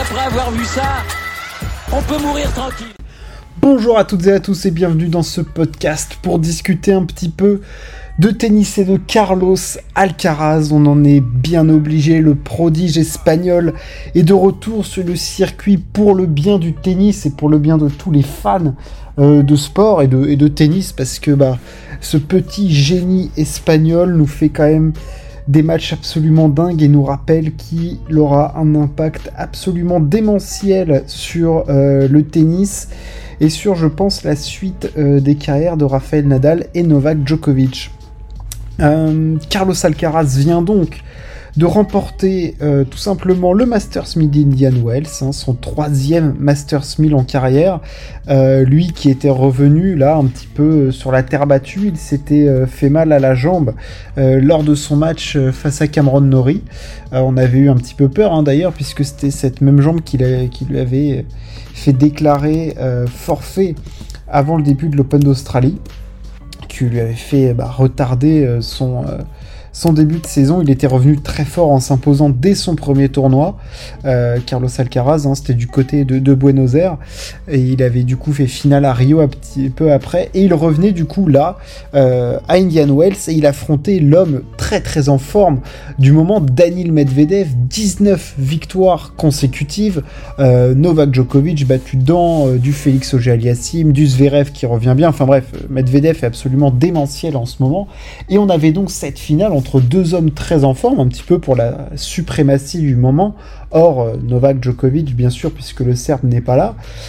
après avoir vu ça, on peut mourir tranquille. Bonjour à toutes et à tous et bienvenue dans ce podcast pour discuter un petit peu de tennis et de Carlos Alcaraz. On en est bien obligé, le prodige espagnol est de retour sur le circuit pour le bien du tennis et pour le bien de tous les fans de sport et de tennis, parce que ce petit génie espagnol nous fait quand même des matchs absolument dingues et nous rappelle qu'il aura un impact absolument démentiel sur le tennis et sur, je pense, la suite des carrières de Rafael Nadal et Novak Djokovic. Carlos Alcaraz vient donc de remporter tout simplement le Masters 1000 d'Indian Wells, son 3e Masters 1000 en carrière. Lui qui était revenu là un petit peu sur la terre battue, il s'était fait mal à la jambe lors de son match face à Cameron Norrie. On avait eu un petit peu peur d'ailleurs, puisque c'était cette même jambe qui lui avait fait déclarer forfait avant le début de l'Open d'Australie, qui lui avait fait retarder son début de saison. Il était revenu très fort en s'imposant dès son premier tournoi. Carlos Alcaraz, c'était du côté de Buenos Aires, et il avait du coup fait finale à Rio un petit peu après, et il revenait du coup là à Indian Wells, et il affrontait l'homme très très en forme du moment, Daniil Medvedev, 19 victoires consécutives, Novak Djokovic battu dans du Félix Auger-Aliassime, du Zverev qui revient bien, enfin bref, Medvedev est absolument démentiel en ce moment, et on avait donc cette finale entre deux hommes très en forme, un petit peu pour la suprématie du moment. Or, Novak Djokovic, bien sûr, puisque le Serbe n'est pas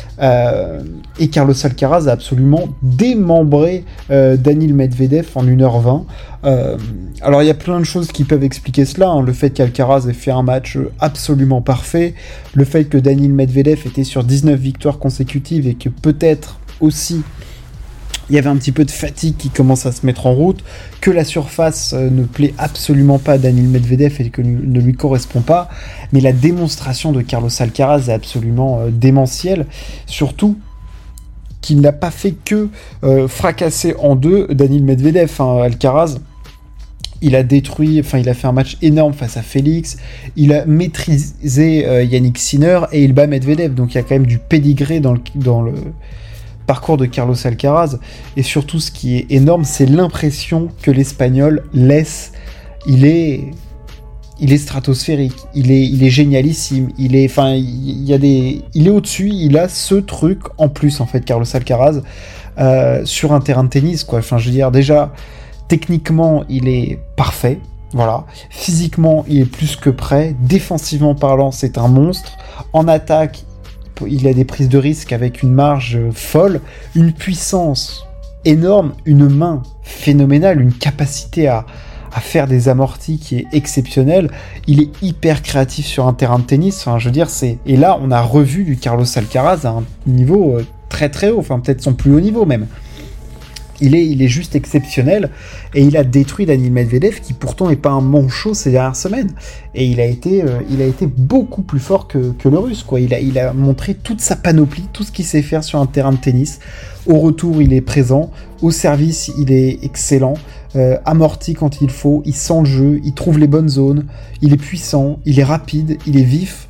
là. Et Carlos Alcaraz a absolument démembré Daniil Medvedev en 1h20. Alors, il y a plein de choses qui peuvent expliquer cela. Le fait qu'Alcaraz ait fait un match absolument parfait. Le fait que Daniil Medvedev était sur 19 victoires consécutives et que peut-être aussi il y avait un petit peu de fatigue qui commence à se mettre en route, que la surface ne plaît absolument pas à Daniil Medvedev et que ne lui correspond pas, mais la démonstration de Carlos Alcaraz est absolument démentielle, surtout qu'il n'a pas fait que fracasser en deux Daniil Medvedev. Alcaraz, il a fait un match énorme face à Félix, il a maîtrisé Yannick Sinner et il bat Medvedev, donc il y a quand même du pédigré dans le parcours de Carlos Alcaraz, et surtout ce qui est énorme, c'est l'impression que l'Espagnol laisse. Il est stratosphérique, il est génialissime, il est au-dessus, il a ce truc en plus en fait, Carlos Alcaraz, sur un terrain de tennis, quoi. Enfin, je veux dire, déjà techniquement il est parfait, voilà. Physiquement il est plus que prêt, défensivement parlant c'est un monstre, en attaque il a des prises de risque avec une marge folle, une puissance énorme, une main phénoménale, une capacité à faire des amortis qui est exceptionnelle. Il est hyper créatif sur un terrain de tennis. Enfin, je veux dire, et là, on a revu du Carlos Alcaraz à un niveau très très haut, enfin peut-être son plus haut niveau même. Il est juste exceptionnel, et il a détruit Daniil Medvedev, qui pourtant n'est pas un manchot ces dernières semaines, et il a été beaucoup plus fort que le Russe, quoi. Il a montré toute sa panoplie, tout ce qu'il sait faire sur un terrain de tennis. Au retour, il est présent, au service, il est excellent, amorti quand il faut, il sent le jeu, il trouve les bonnes zones, il est puissant, il est rapide, il est vif.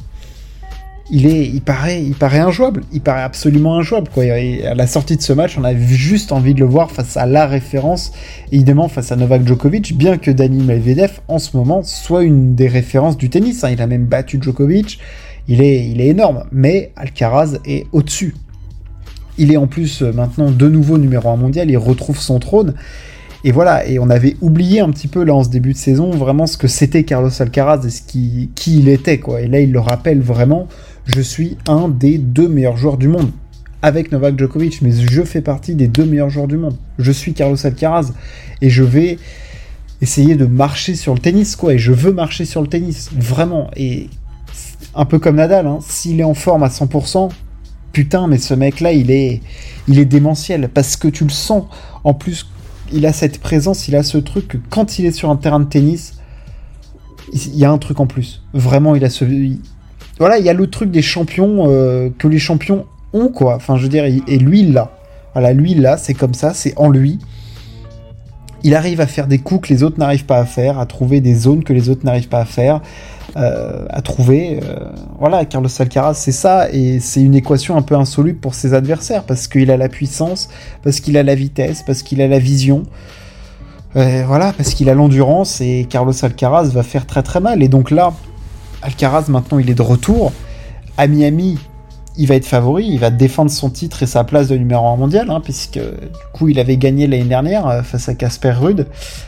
Il paraît injouable, il paraît absolument injouable, quoi. Et à la sortie de ce match, on avait juste envie de le voir face à la référence, évidemment face à Novak Djokovic, bien que Daniil Medvedev en ce moment soit une des références du tennis, il a même battu Djokovic, il est énorme, mais Alcaraz est au-dessus. Il est en plus maintenant de nouveau numéro 1 mondial, il retrouve son trône. Et voilà, et on avait oublié un petit peu là en ce début de saison vraiment ce que c'était Carlos Alcaraz et qui il était, quoi. Et là il le rappelle vraiment, je suis un des 2 meilleurs joueurs du monde, avec Novak Djokovic, mais je fais partie des 2 meilleurs joueurs du monde. Je suis Carlos Alcaraz, et je vais essayer de marcher sur le tennis, quoi, et je veux marcher sur le tennis, vraiment. Et un peu comme Nadal, s'il est en forme à 100%, putain, mais ce mec-là, il est démentiel, parce que tu le sens. En plus, il a cette présence, il a ce truc que quand il est sur un terrain de tennis, il y a un truc en plus. Vraiment, il y a le truc des champions que les champions ont, quoi. Enfin, je veux dire, et lui, il l'a. Voilà, lui, il l'a, c'est comme ça, c'est en lui. il arrive à faire des coups que les autres n'arrivent pas à faire, à trouver des zones que les autres n'arrivent pas à faire, à trouver... voilà, Carlos Alcaraz, c'est ça, et c'est une équation un peu insoluble pour ses adversaires, parce qu'il a la puissance, parce qu'il a la vitesse, parce qu'il a la vision, voilà, parce qu'il a l'endurance, et Carlos Alcaraz va faire très très mal. Et donc là, Alcaraz, maintenant, il est de retour. À Miami, il va être favori, il va défendre son titre et sa place de numéro 1 mondial, puisque du coup, il avait gagné l'année dernière face à Casper Ruud.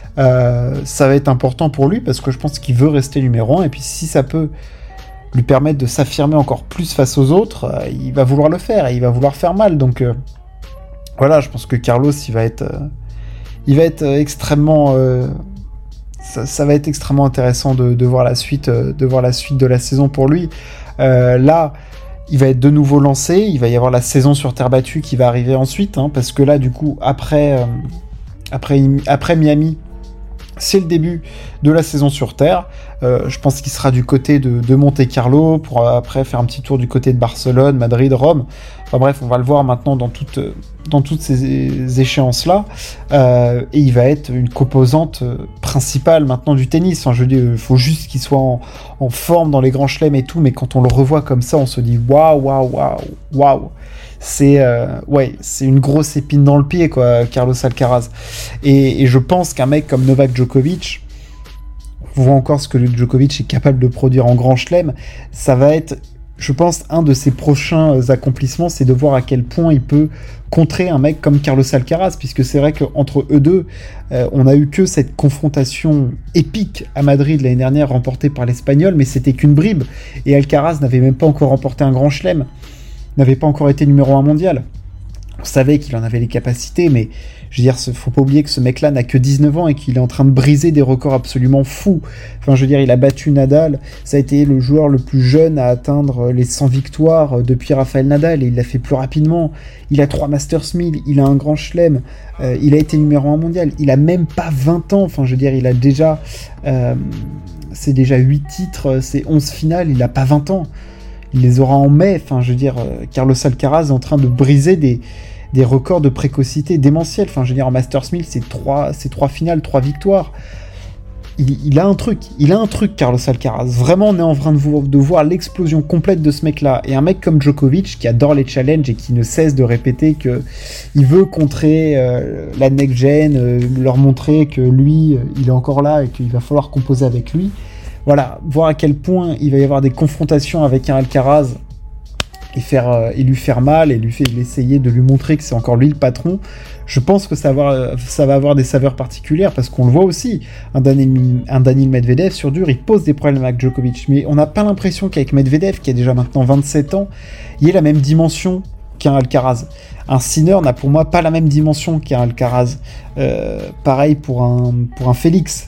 Ça va être important pour lui, parce que je pense qu'il veut rester numéro 1, et puis si ça peut lui permettre de s'affirmer encore plus face aux autres, il va vouloir le faire, et il va vouloir faire mal. Donc voilà, je pense que Carlos, il va être extrêmement... ça va être extrêmement intéressant de voir la suite de la saison pour lui. Là, il va être de nouveau lancé, il va y avoir la saison sur terre battue qui va arriver ensuite, parce que là, du coup, après Miami, c'est le début de la saison sur terre. Je pense qu'il sera du côté de Monte-Carlo, pour après faire un petit tour du côté de Barcelone, Madrid, Rome. Enfin bref, on va le voir maintenant dans toutes ces échéances-là. Et il va être une composante principale maintenant du tennis. Je veux dire, il faut juste qu'il soit en forme dans les grands chelems et tout, mais quand on le revoit comme ça, on se dit waouh. C'est une grosse épine dans le pied, quoi, Carlos Alcaraz. Et je pense qu'un mec comme Novak Djokovic, on voit encore ce que le Djokovic est capable de produire en grand chelem, ça va être, je pense, un de ses prochains accomplissements, c'est de voir à quel point il peut contrer un mec comme Carlos Alcaraz, puisque c'est vrai qu'entre eux deux, on a eu que cette confrontation épique à Madrid l'année dernière, remportée par l'Espagnol, mais c'était qu'une bribe, et Alcaraz n'avait même pas encore remporté un grand chelem, n'avait pas encore été numéro 1 mondial. On savait qu'il en avait les capacités, mais je veux dire, faut pas oublier que ce mec-là n'a que 19 ans et qu'il est en train de briser des records absolument fous. Enfin, je veux dire, il a battu Nadal, ça a été le joueur le plus jeune à atteindre les 100 victoires depuis Rafael Nadal, et il l'a fait plus rapidement. Il a 3 Masters 1000, il a un grand chelem, il a été numéro 1 mondial, il a même pas 20 ans, enfin, je veux dire, il a déjà... c'est déjà 8 titres, c'est 11 finales, il a pas 20 ans. Il les aura en mai, enfin, je veux dire, Carlos Alcaraz est en train de briser des records de précocité démentiels. Enfin, je veux dire, en Masters 1000, c'est 3 finales, 3 victoires. Il a un truc, Carlos Alcaraz. Vraiment, on est en train de voir l'explosion complète de ce mec-là. Et un mec comme Djokovic, qui adore les challenges et qui ne cesse de répéter qu'il veut contrer la next-gen, leur montrer que lui, il est encore là et qu'il va falloir composer avec lui. Voilà, voir à quel point il va y avoir des confrontations avec un Alcaraz et lui faire mal, et essayer de lui montrer que c'est encore lui le patron. Je pense que ça va avoir des saveurs particulières, parce qu'on le voit aussi, un Daniil Medvedev sur dur, il pose des problèmes avec Djokovic, mais on n'a pas l'impression qu'avec Medvedev, qui a déjà maintenant 27 ans, il y ait la même dimension qu'un Alcaraz. Un Sinner n'a pour moi pas la même dimension qu'un Alcaraz. Pareil pour un Félix.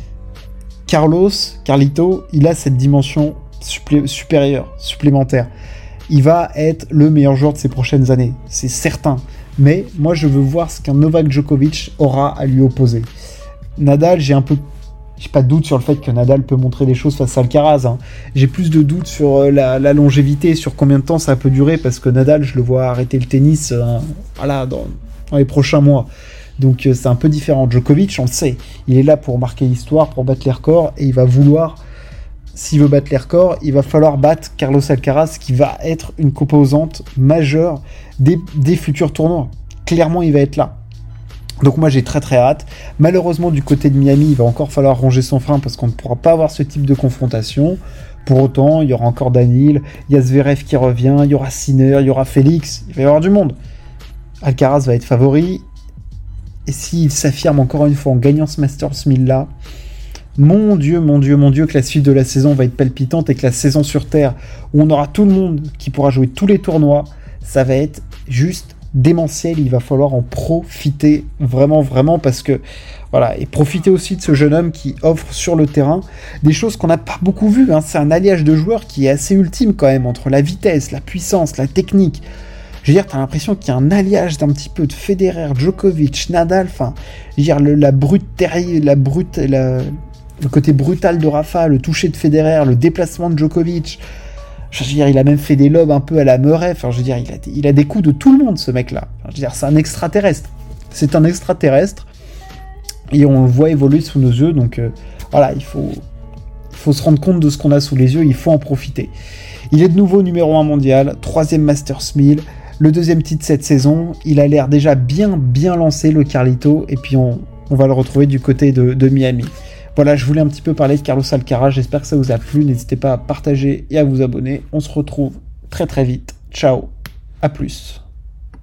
Carlito, il a cette dimension supérieure, supplémentaire. Il va être le meilleur joueur de ces prochaines années, c'est certain. Mais moi, je veux voir ce qu'un Novak Djokovic aura à lui opposer. Nadal, j'ai pas de doute sur le fait que Nadal peut montrer des choses face à Alcaraz. J'ai plus de doutes sur la longévité, sur combien de temps ça peut durer, parce que Nadal, je le vois arrêter le tennis dans les prochains mois. Donc c'est un peu différent. Djokovic, on le sait, il est là pour marquer l'histoire, pour battre les records, et il va vouloir, s'il veut battre les records, il va falloir battre Carlos Alcaraz, qui va être une composante majeure des futurs tournois. Clairement, il va être là. Donc moi, j'ai très très hâte. Malheureusement, du côté de Miami, il va encore falloir ronger son frein, parce qu'on ne pourra pas avoir ce type de confrontation. Pour autant, il y aura encore Daniil, il y a Zverev qui revient, il y aura Sinner, il y aura Félix, il va y avoir du monde. Alcaraz va être favori. Et s'il s'affirme encore une fois en gagnant ce Masters 1000 là, mon Dieu, que la suite de la saison va être palpitante, et que la saison sur Terre, où on aura tout le monde qui pourra jouer tous les tournois, ça va être juste démentiel. Il va falloir en profiter vraiment, parce que voilà, et profiter aussi de ce jeune homme qui offre sur le terrain des choses qu'on n'a pas beaucoup vues. C'est un alliage de joueurs qui est assez ultime quand même, entre la vitesse, la puissance, la technique. Je veux dire, t'as l'impression qu'il y a un alliage d'un petit peu de Federer, Djokovic, Nadal, enfin, je veux dire, le côté brutal de Rafa, le toucher de Federer, le déplacement de Djokovic. Je veux dire, il a même fait des lobes un peu à la Murray. Enfin, je veux dire, il a des coups de tout le monde, ce mec-là. Enfin, je veux dire, c'est un extraterrestre. C'est un extraterrestre. et on le voit évoluer sous nos yeux, donc voilà, il faut se rendre compte de ce qu'on a sous les yeux, il faut en profiter. Il est de nouveau numéro 1 mondial, 3e Masters 1000, le 2e titre cette saison, il a l'air déjà bien lancé le Carlito, et puis on va le retrouver du côté de Miami. Voilà, je voulais un petit peu parler de Carlos Alcaraz, j'espère que ça vous a plu, n'hésitez pas à partager et à vous abonner, on se retrouve très vite, ciao, à plus.